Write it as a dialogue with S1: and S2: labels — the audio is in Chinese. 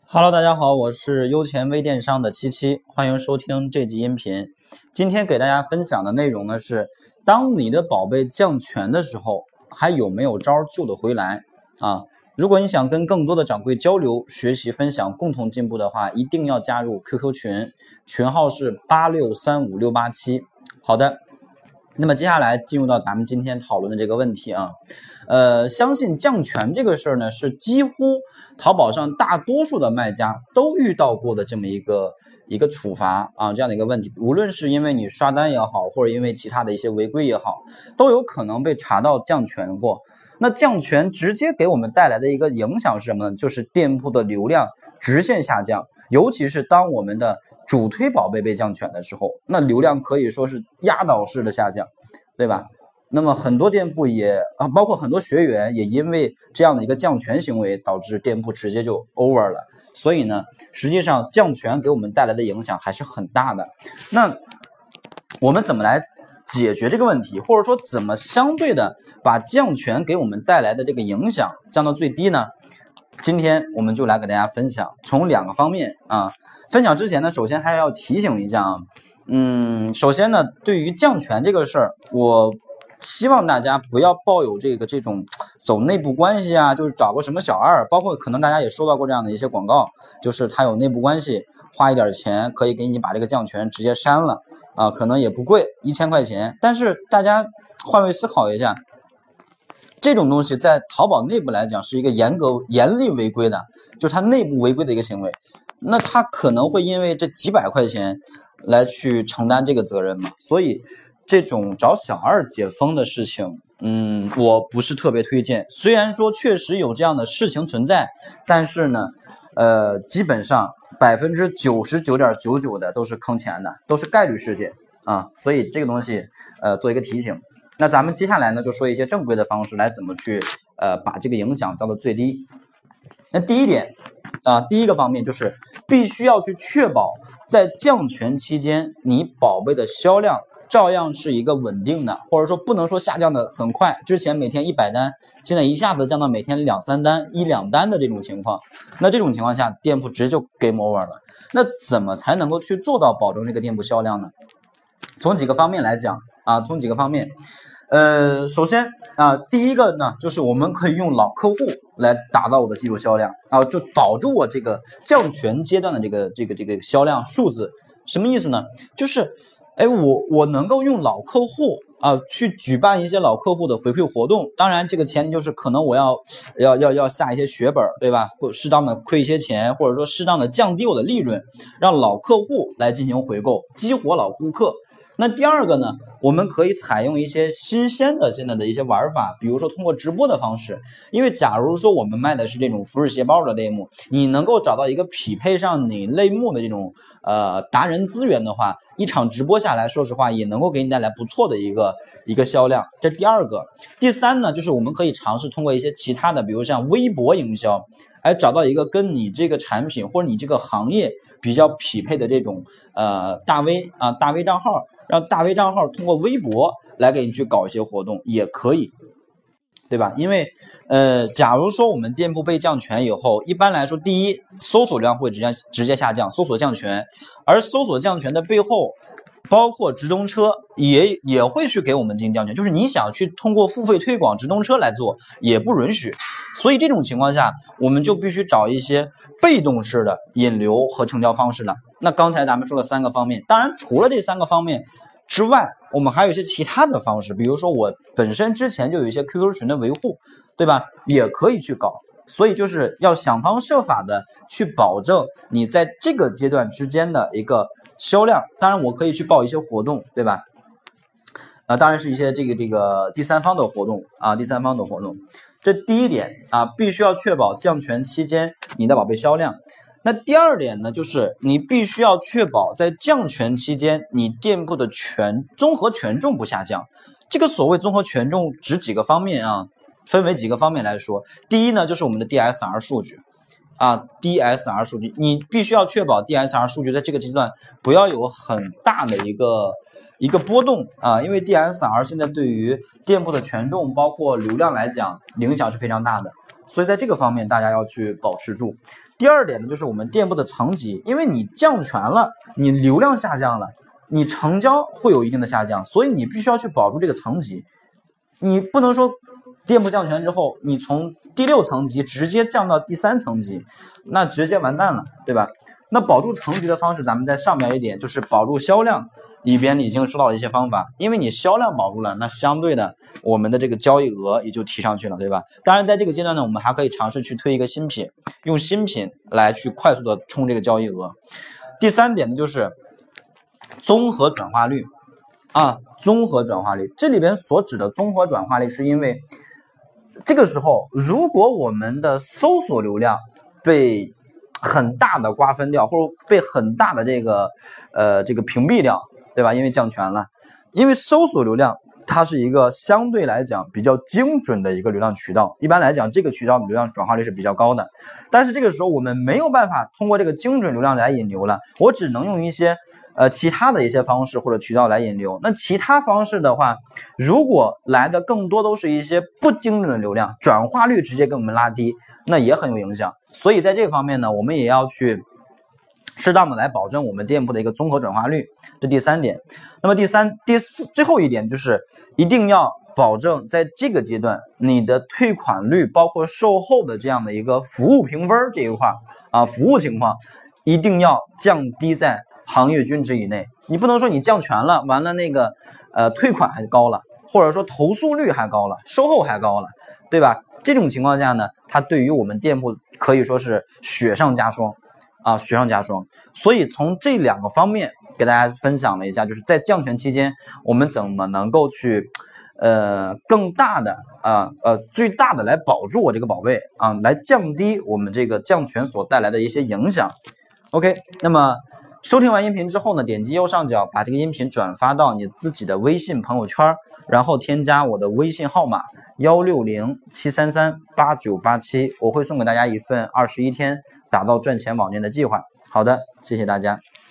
S1: Hello，大家好，我是优钱微电商的七七，欢迎收听这集音频。今天给大家分享的内容呢是，当你的宝贝降权的时候，还有没有招救得回来啊？如果你想跟更多的掌柜交流、学习、分享，共同进步的话，一定要加入 QQ 群，群号是86356687。好的，那么接下来进入到咱们今天讨论的这个问题啊。相信降权这个事儿呢，是几乎淘宝上大多数的卖家都遇到过的这么一个处罚啊，这样的一个问题，无论是因为你刷单也好，或者因为其他的一些违规也好，都有可能被查到降权过。那降权直接给我们带来的一个影响是什么呢？就是店铺的流量直线下降，尤其是当我们的主推宝贝被降权的时候，那流量可以说是压倒式的下降，对吧？那么很多店铺也包括很多学员也因为这样的一个降权行为，导致店铺直接就 over 了。所以呢，实际上降权给我们带来的影响还是很大的。那我们怎么来解决这个问题，或者说怎么相对的把降权给我们带来的这个影响降到最低呢？今天我们就来给大家分享，从两个方面啊。分享之前呢，首先还要提醒一下啊，首先呢，对于降权这个事儿，我希望大家不要抱有这种走内部关系啊，就是找个什么小二，包括可能大家也收到过这样的一些广告，就是他有内部关系，花一点钱可以给你把这个降权直接删了啊，可能也不贵，1000块钱。但是大家换位思考一下，这种东西在淘宝内部来讲是一个严厉违规的，就是它内部违规的一个行为，那他可能会因为这几百块钱来去承担这个责任嘛，所以这种找小二解封的事情，我不是特别推荐。虽然说确实有这样的事情存在，但是呢，基本上99.99%的都是坑钱的，都是概率事件啊。所以这个东西，做一个提醒。那咱们接下来呢，就说一些正规的方式来怎么去把这个影响降到最低。那第一点啊，第一个方面就是必须要去确保在降权期间，你宝贝的销量照样是一个稳定的，或者说不能说下降的很快，之前每天100单，现在一下子降到每天2-3单、1-2单的这种情况，那这种情况下店铺直接就 game over 了。那怎么才能够去做到保证这个店铺销量呢？从几个方面来讲啊，首先啊，第一个呢，就是我们可以用老客户来达到我的基础销量啊，就保住我这个降权阶段的这个销量数字。什么意思呢？就是我能够用老客户啊去举办一些老客户的回馈活动，当然这个前提就是可能我要下一些血本，对吧？或适当的亏一些钱，或者说适当的降低我的利润，让老客户来进行回购，激活老顾客。那第二个呢，我们可以采用一些新鲜的现在的一些玩法，比如说通过直播的方式。因为假如说我们卖的是这种服饰鞋包的类目，你能够找到一个匹配上你类目的这种达人资源的话，一场直播下来，说实话也能够给你带来不错的一个销量。这是第二个。第三呢，就是我们可以尝试通过一些其他的，比如像微博营销，找到一个跟你这个产品或者你这个行业比较匹配的这种大 V 账号，让大 V 账号通过微博来给你去搞一些活动也可以，对吧？因为假如说我们店铺被降权以后，一般来说，第一，搜索量会直接下降，搜索降权，而搜索降权的背后，包括直通车也会去给我们进行降权，就是你想去通过付费推广直通车来做也不允许。所以这种情况下，我们就必须找一些被动式的引流和成交方式了。那刚才咱们说了3个方面，当然除了这3个方面之外，我们还有一些其他的方式，比如说我本身之前就有一些 QQ 群的维护，对吧？也可以去搞。所以就是要想方设法的去保证你在这个阶段之间的一个销量。当然我可以去报一些活动，对吧？当然是一些这个第三方的活动啊，这第一点啊，必须要确保降权期间你的宝贝销量。那第二点呢，就是你必须要确保在降权期间你店铺的综合权重不下降。这个所谓综合权重指几个方面啊，分为几个方面来说。第一呢，就是我们的 DSR 数据啊 ，DSR 数据，你必须要确保 DSR 数据在这个阶段不要有很大的一个波动啊，因为 DSR 现在对于店铺的权重包括流量来讲影响是非常大的。 所以在这个方面大家要去保持住。第二点呢，就是我们店铺的层级，因为你降权了，你流量下降了，你成交会有一定的下降，所以你必须要去保住这个层级。你不能说店铺降权之后，你从第6层级直接降到第3层级，那直接完蛋了，对吧？那保住层级的方式，咱们在上面一点就是保住销量里边已经说到了一些方法，因为你销量保住了，那相对的我们的这个交易额也就提上去了，对吧？当然在这个阶段呢，我们还可以尝试去推一个新品，用新品来去快速的冲这个交易额。第3点呢，就是综合转化率综合转化率，这里边所指的综合转化率是因为这个时候如果我们的搜索流量被很大的瓜分掉，或者被很大的这个屏蔽掉，对吧？因为降权了，因为搜索流量它是一个相对来讲比较精准的一个流量渠道，一般来讲这个渠道的流量转化率是比较高的，但是这个时候我们没有办法通过这个精准流量来引流了，我只能用一些其他的一些方式或者渠道来引流。那其他方式的话，如果来的更多都是一些不精准的流量，转化率直接给我们拉低，那也很有影响。所以在这方面呢，我们也要去适当的来保证我们店铺的一个综合转化率，这第3点。那么第4最后一点就是一定要保证在这个阶段你的退款率包括售后的这样的一个服务评分这一块服务情况一定要降低在行业均值以内。你不能说你降权了，完了那个退款还高了，或者说投诉率还高了，售后还高了，对吧？这种情况下呢，它对于我们店铺可以说是雪上加霜雪上加霜。所以从这2个方面给大家分享了一下，就是在降权期间我们怎么能够去更大的最大的来保住我这个宝贝来降低我们这个降权所带来的一些影响。 OK， 那么收听完音频之后呢，点击右上角把这个音频转发到你自己的微信朋友圈，然后添加我的微信号码160-733-8987，我会送给大家一份21天打造赚钱网店的计划。好的，谢谢大家。